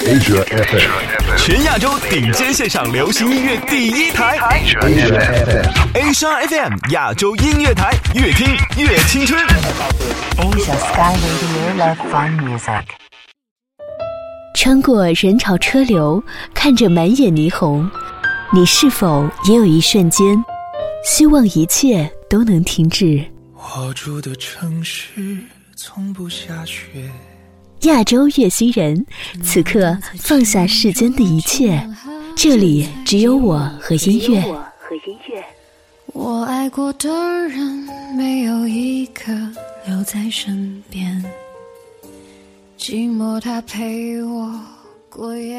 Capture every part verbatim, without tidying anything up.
Asia F M， 全亚洲顶尖线上流行音乐第一台 Asia F M，Asia F M 亚洲音乐台，越听越青春。 Asia Sky Radio Love Fun Music。 穿过人潮车流，看着满眼霓虹，你是否也有一瞬间，希望一切都能停止？ 我住的城市从不下雪。 亚洲乐星人，此刻放下世间的一切，这里只有我和音乐。 我爱过的人没有一个留在身边，寂寞它陪我过夜。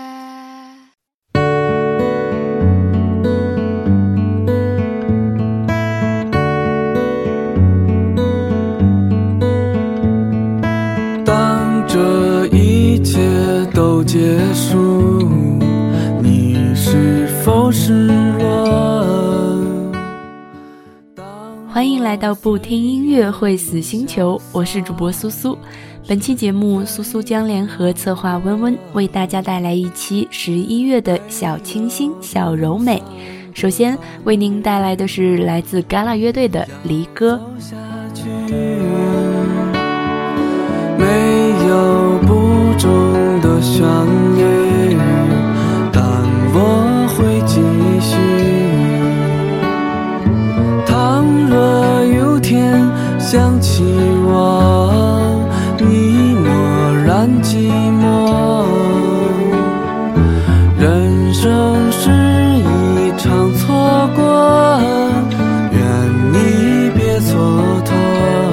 当这一切都结束，你是否失落？ 欢迎来到不听音乐会死星球，我是主播苏苏。本期节目，苏苏将联合策划温温为大家带来一期十一月的小清新、小柔美。首先为您带来的是来自嘎啦乐队的《离歌》。 没有不中的相遇，但我会继续。倘若有天想起我，你默然寂寞。人生是一场错过，愿你别蹉跎。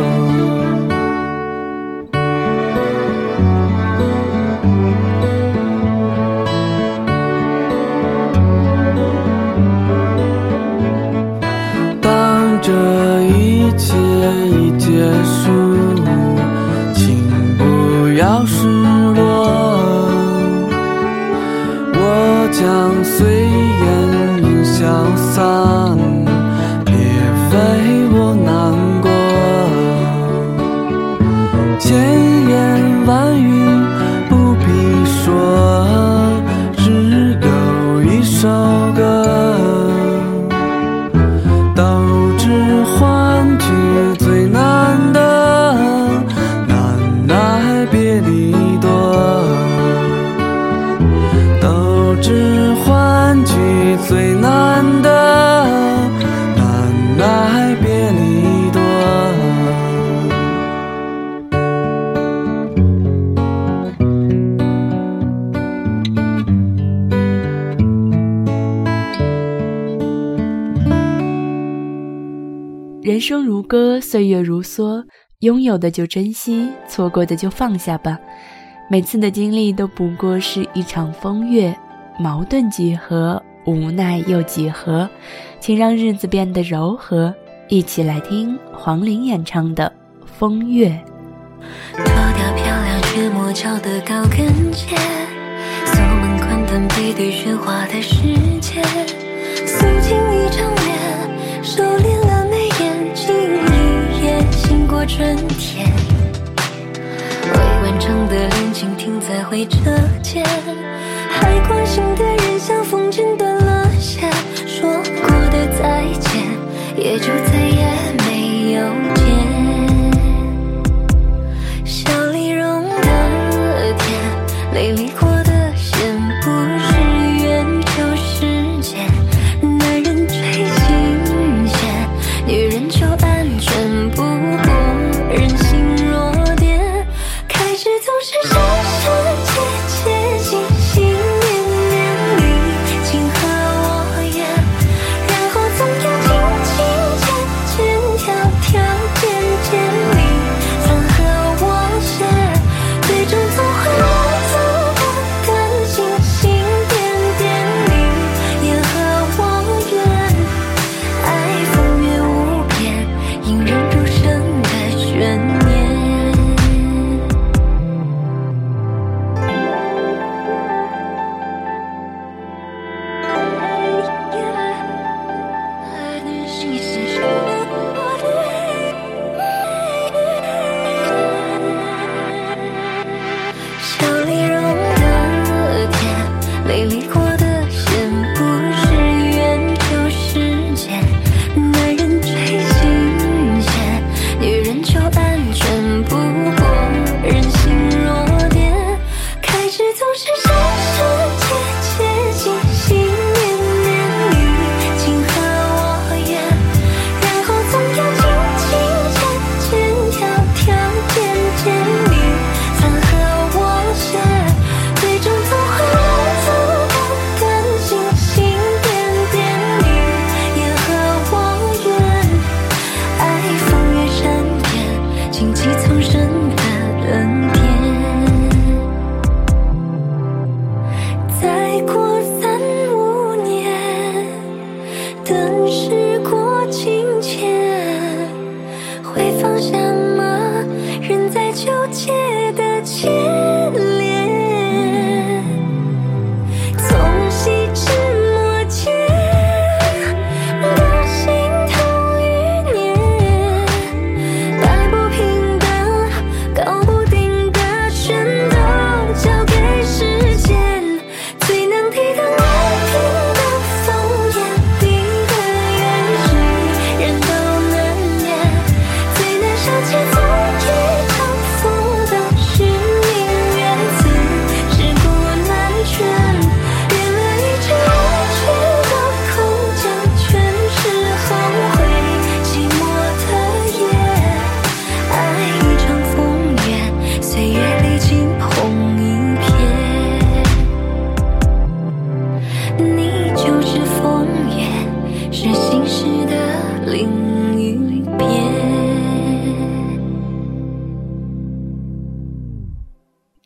这一切已结束，请不要失落。我将随烟云消散，别为我难过。千言万语不必说，只有一首歌。最难的难耐别离多，都只换取最难的难耐别离多。 人生如歌，岁月如梭，拥有的就珍惜，错过的就放下吧。每次的经历都不过是一场风月，矛盾几何，无奈又几何，请让日子变得柔和。一起来听黄龄演唱的《风月》。 脱掉漂亮却磨巧的高跟鞋，锁门关灯背对喧哗的世界，诉尽一场恋，收敛了眉眼，静一夜，醒过春天。未完成的恋情停在回车间，还关心的人像风筝断了线，说过的再见也就再也没有见。笑里融的甜，泪里过的咸，不是缘就是劫。男人最新鲜，女人就安全，不过人心弱点。开始总是闪闪切切，心心念念，你情和我愿，然后总要轻轻浅浅，跳跳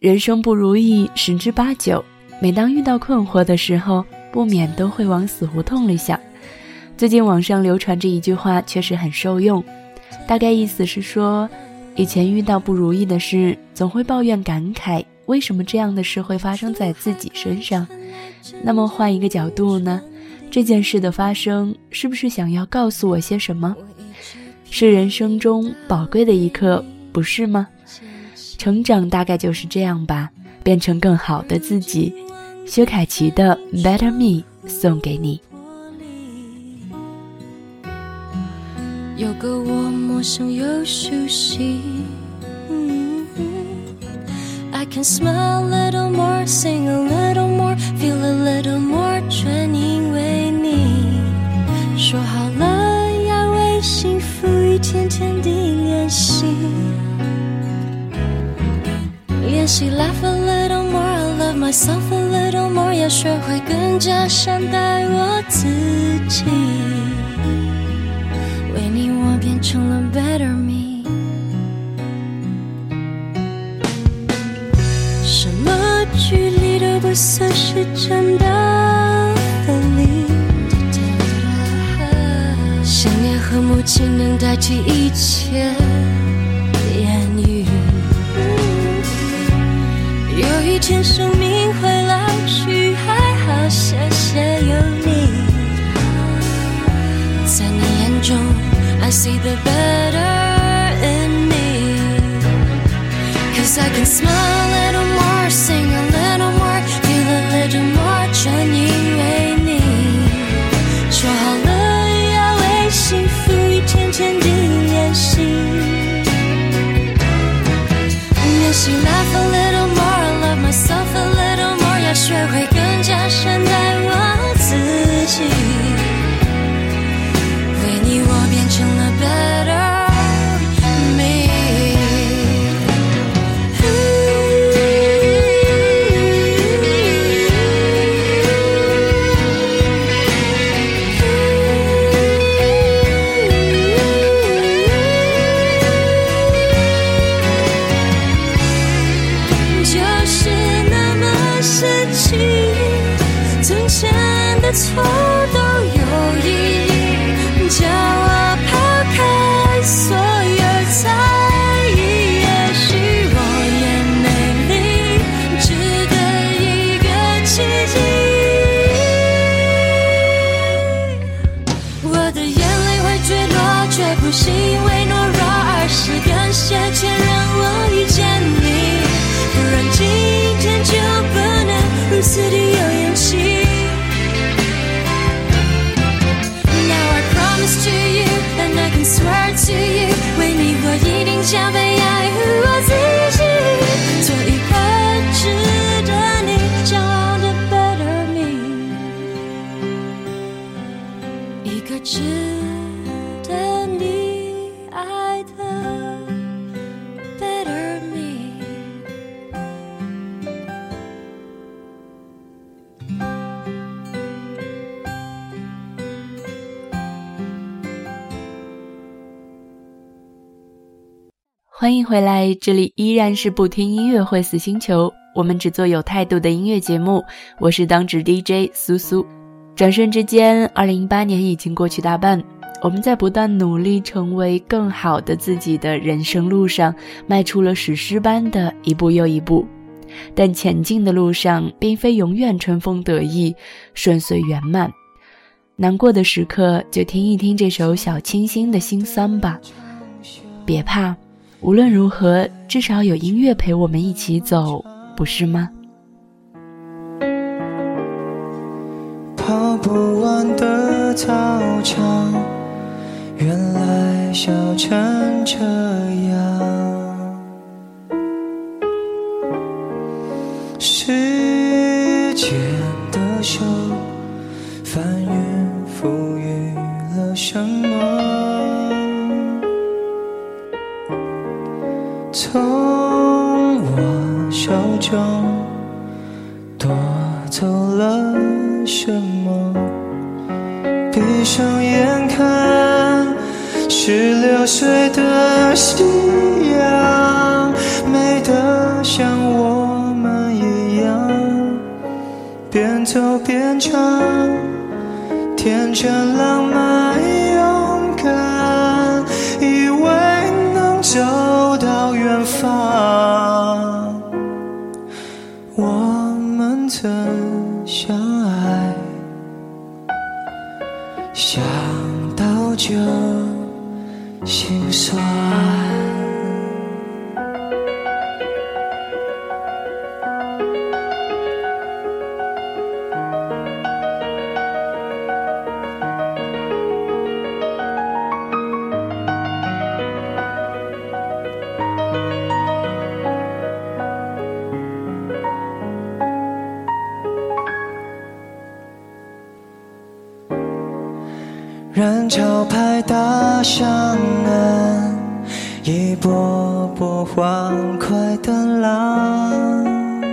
人生不如意十之八九，每当遇到困惑的时候，不免都会往死胡同里想。最近网上流传着一句话，确实很受用，大概意思是说，以前遇到不如意的事，总会抱怨感慨，为什么这样的事会发生在自己身上？那么换一个角度呢？这件事的发生，是不是想要告诉我些什么？是人生中宝贵的一刻，不是吗？成长大概就是这样吧，变成更好的自己。薛凯琪的 Better Me 送给你。 有个我陌生又熟悉，嗯 I can smile a little more, sing a little more, feel a little more， 全因为你说好了要为幸福一天天地练习，练习 laugh a little more, I love myself a little more， 要学会更加善待我自己，为你我变成了 better me， 什么距离都不算是真的分离，想念和母亲能代替一切言语，有一天生命会老去，还好谢谢有你，在你眼中 I see the better in me， Cause I can smile a little more, sing a little more, feel a little more， 全因为你说好了要为幸福一天天地练习，练习 laugh a little more, I love myself a little more， 要学会更加善待我自己，为你我变成了 better me， 就是那么神奇，从前的错都有意义，叫我抛开所有猜疑，也许我也美丽，值得一个奇迹，我的眼泪会坠落，却不是因为懦弱，而是感谢前让我遇见你，不然今天就不能如此地有勇气。To you, and I can swear to you， 为你我一定将被爱与我自己，做一个值得你骄傲的 better me， 一个值得你爱的 better me。 欢迎回来，这里依然是不听音乐会死星球，我们只做有态度的音乐节目，我是当值 D J 苏苏。转瞬之间二零一八年已经过去大半，我们在不断努力成为更好的自己的人生路上迈出了史诗般的一步又一步，但前进的路上并非永远春风得意顺遂圆满，难过的时刻就听一听这首小清新的心酸吧。别怕，无论如何至少有音乐陪我们一起走，不是吗？ 跑不完的操场，原来笑成这样，时间的手翻云覆雨了什么，从我手中夺走了什么，闭上眼看十六岁的夕阳，美得像我边走边唱，天真浪漫勇敢，以为能走到远方。我们曾相爱，想到就心酸。人潮拍打上岸，一波波欢快的浪。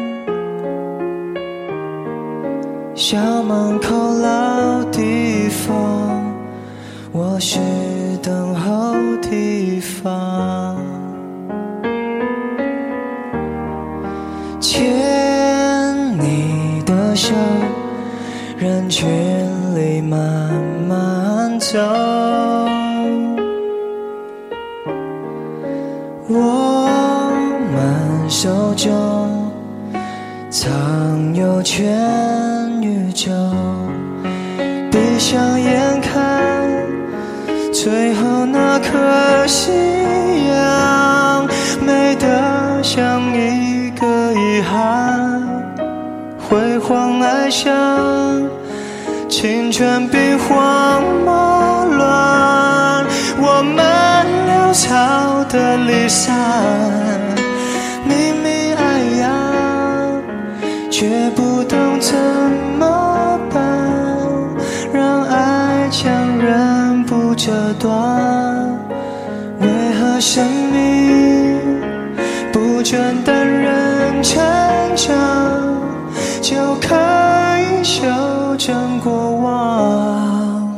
校门口老地方，我是等候地方。牵你的手，人群里慢慢走，我们手中藏有全宇宙，闭上眼看最后那颗夕阳，美得像一个遗憾，辉煌爱上青春兵荒马乱，我们潦草的离散，明明爱呀，却不懂怎么办，让爱强忍不折断，为何生命不准等人成长就可以修正过往？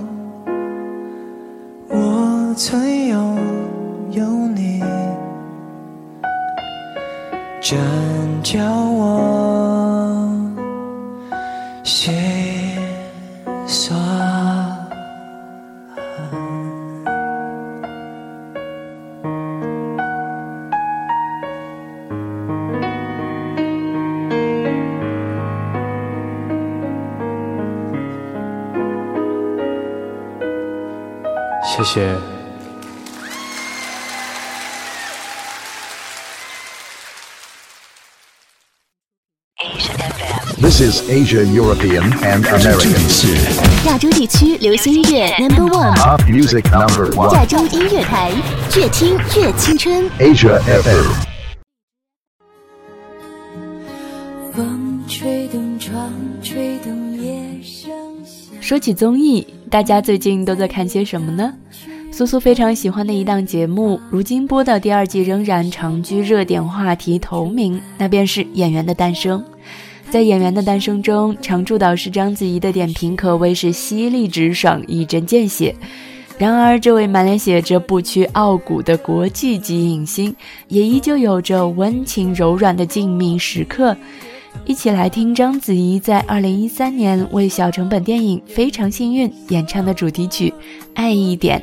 我曾拥有你，真叫我心酸。 谢谢。 This is Asia, European and American. 亚洲地区流行音乐 Number One Pop Music Number One. 亚洲音乐台，越听越青春。 Asia F M。 风吹动窗，吹动夜声响。 说起综艺，大家最近都在看些什么呢？苏苏非常喜欢的一档节目，如今播到第二季仍然长居热点话题头名，那便是《演员的诞生》。在《演员的诞生》中，常驻导师章子怡的点评可谓是犀利直爽，一针见血。然而，这位满脸写着不屈傲骨的国际级影星，也依旧有着温情柔软的静谧时刻。一起来听章子怡在二零一三年为小成本电影《非常幸运》演唱的主题曲《爱一点》。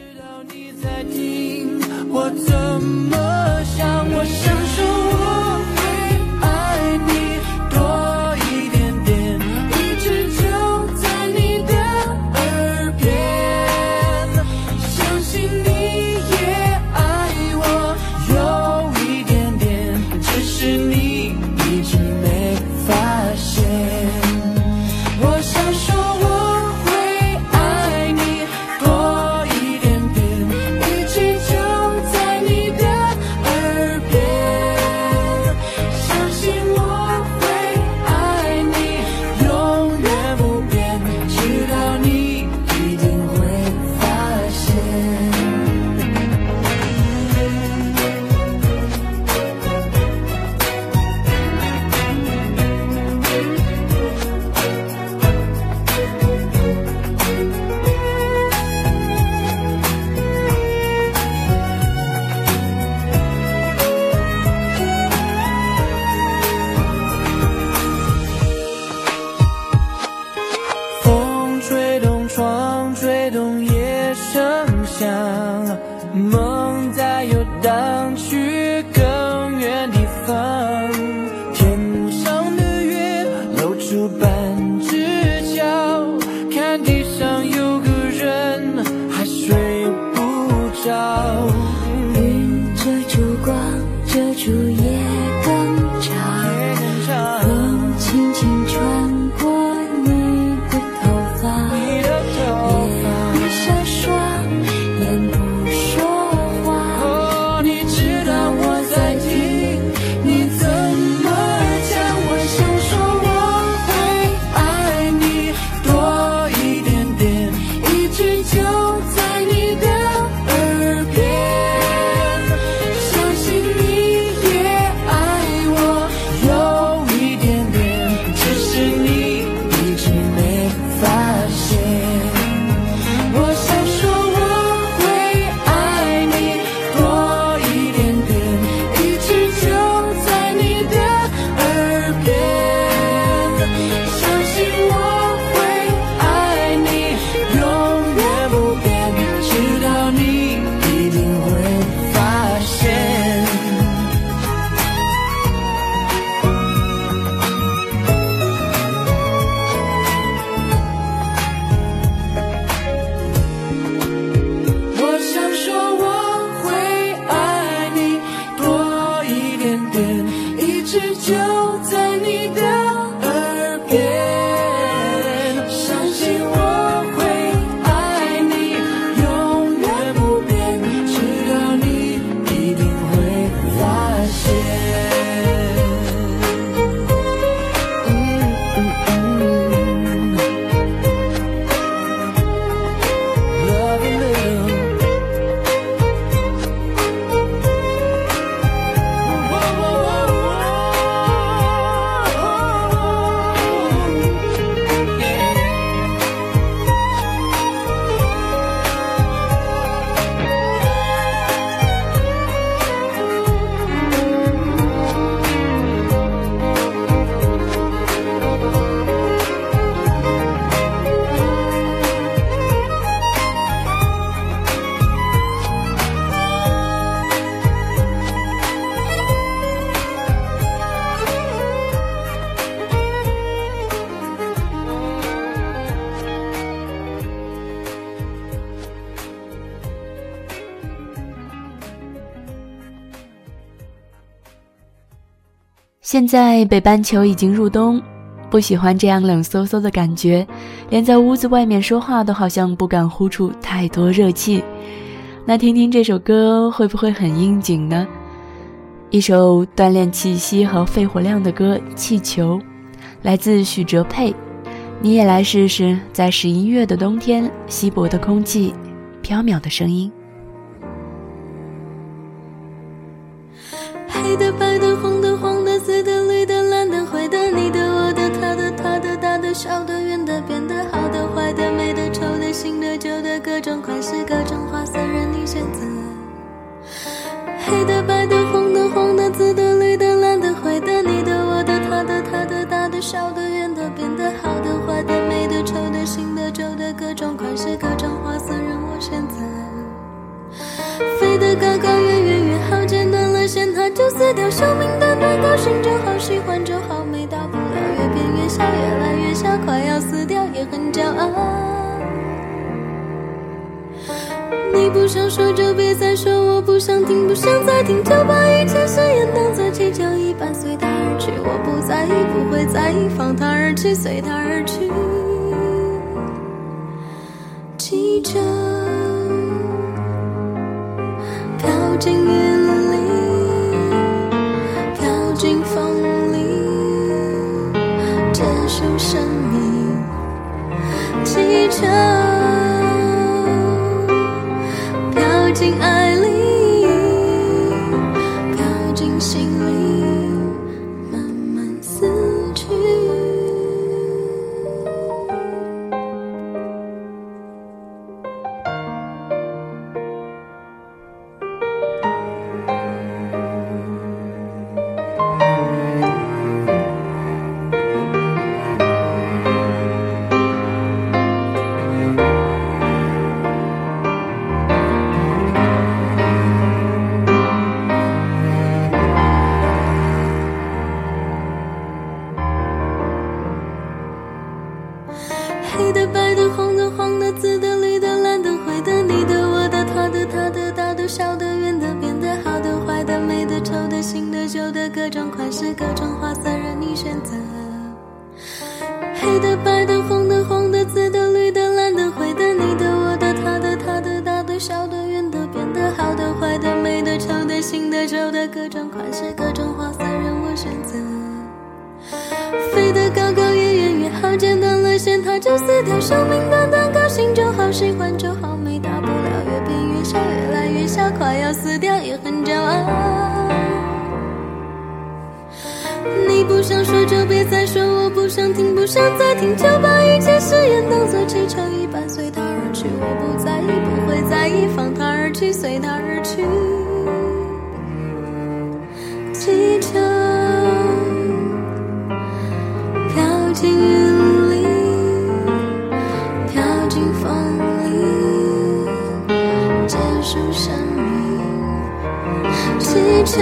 我怎么想，我想说我会爱你多一点点，一直就在你的耳边，相信你也爱我有一点点，只是你一直没发现。我想说我会爱你多一点点，一直就在你的耳边。 树半只脚，看地上有个人还睡不着。 云遮住光，遮住夜更长，风轻轻穿过你的头发，眼不下霜，眼不说话。 哦，你知道我在听，你怎么讲？我想说我会爱你多一点点，一直就在你的耳边。相信你也爱我有一点点，只是你一直没发现。我想说我会爱你多一点点，一直就在你的耳边。相信我会爱你永远不变，直到你一定会发现。我想说我会爱你多一点点，一直就在你的耳边。相信我会爱你永远不变，直到你一定会发现。嗯嗯嗯 Love a little. Whoa, whoa, whoa, whoa. Yeah. 现在北半球已经入冬，不喜欢这样冷飕飕的感觉，连在屋子外面说话都好像不敢呼出太多热气。那听听这首歌会不会很应景呢？一首锻炼气息和肺活量的歌《气球》，来自许哲佩。你也来试试，在十一月的冬天，稀薄的空气，飘渺的声音。 黑的、白的、红的、黄的、紫的、绿的、蓝的、灰的，你的、我的、他的、他的、大的、小的、圆的、扁的，好的、坏的、美的、丑的、新的、旧的，各种款式、各种花色任你选择。黑的、白的、红的、黄的、紫的、绿的、蓝的、灰的，你的、我的、他的、他的、大的、小的、圆的、扁的，好的、坏的、美的、丑的、新的、旧的，各种款式、各种花色任我选择。飞得高高远远越好，剪断了线它就撕掉，寿命短短高兴就好，喜欢就好，没大不了，越变越小，越来越小，快要死掉也很骄傲。你不想说就别再说，我不想听不想再听，就把一切誓言当作气球一般随它而去，我不在意不会在意，放它而去随它而去。气球飘进云里，飘进风里，接受生命。气球飘进爱里，飘进心里，慢慢死去。 种款式，各种花色任你选择。黑的、白的、红的、黄的、紫的、绿的、蓝的、灰的，你的、我的、他的、他的，大的、小的、圆的、扁的，好的、坏的、美的、丑的、新的、旧的，各种款式，各种花色任我选择。飞得高高，越远越好，剪断了线它就撕掉，生命短短，高兴就好，喜欢就好，没大不了，越变越小，越来越小，快要死掉也很骄傲。你不想说就别再说，我不想听，不想再听，就把一切誓言当作气球一般随它而去，我不在意，不会在意，放它而去，随它而去。气球飘进云里，飘进风里，结束生命。气球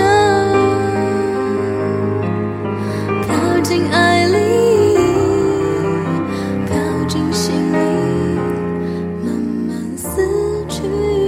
飘进爱里，飘进心里，慢慢死去。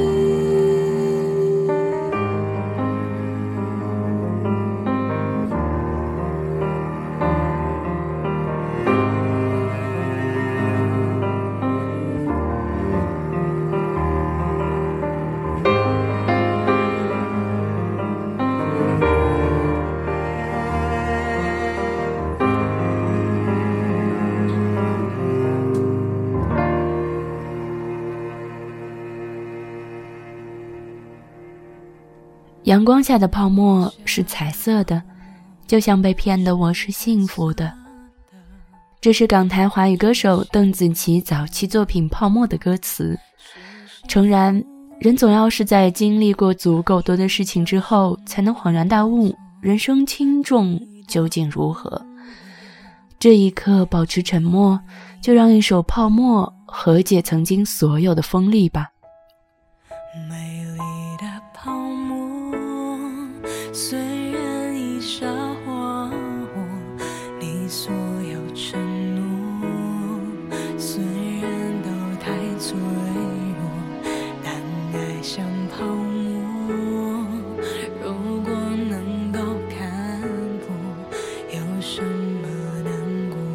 阳光下的泡沫是彩色的，就像被骗的我是幸福的。这是港台华语歌手邓紫棋早期作品《泡沫》的歌词。诚然，人总要是在经历过足够多的事情之后，才能恍然大悟人生轻重究竟如何。这一刻保持沉默，就让一首《泡沫》和解曾经所有的锋利吧。 美丽的泡沫，虽然已沙化我，你所有承诺虽然都太脆弱，但爱像泡沫，如果能够看破，有什么难过？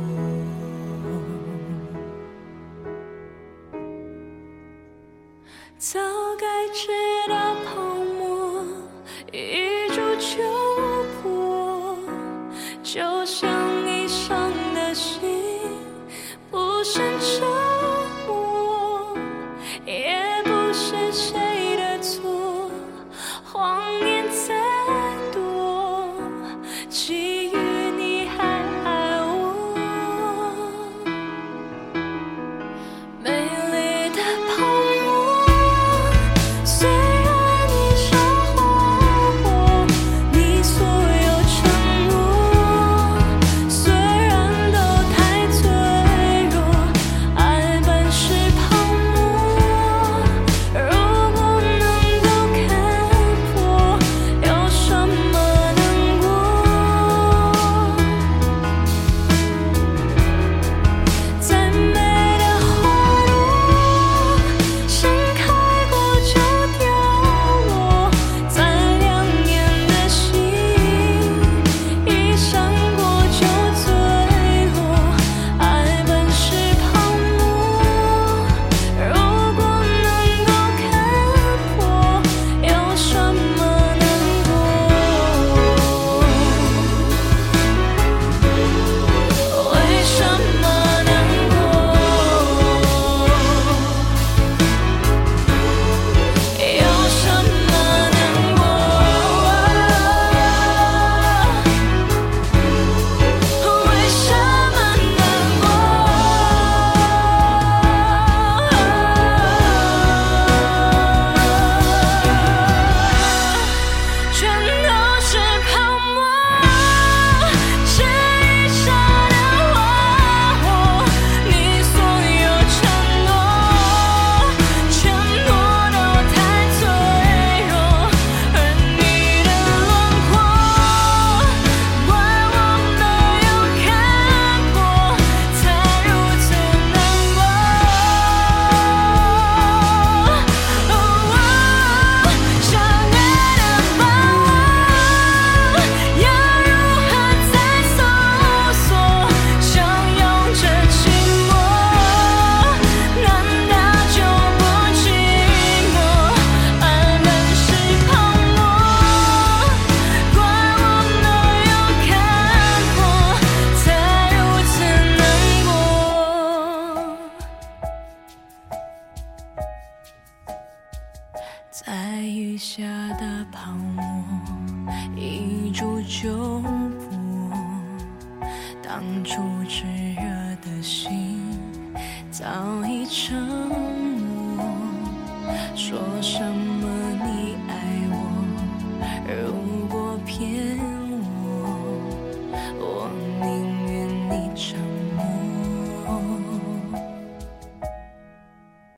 早该知道泡沫一触就破，就像你伤的心不是折磨，也不是谁的错，谎言再多，基于你还爱我。美丽的泡沫，虽泡沫，一触就破。当初炽热的心早已沉默，说什么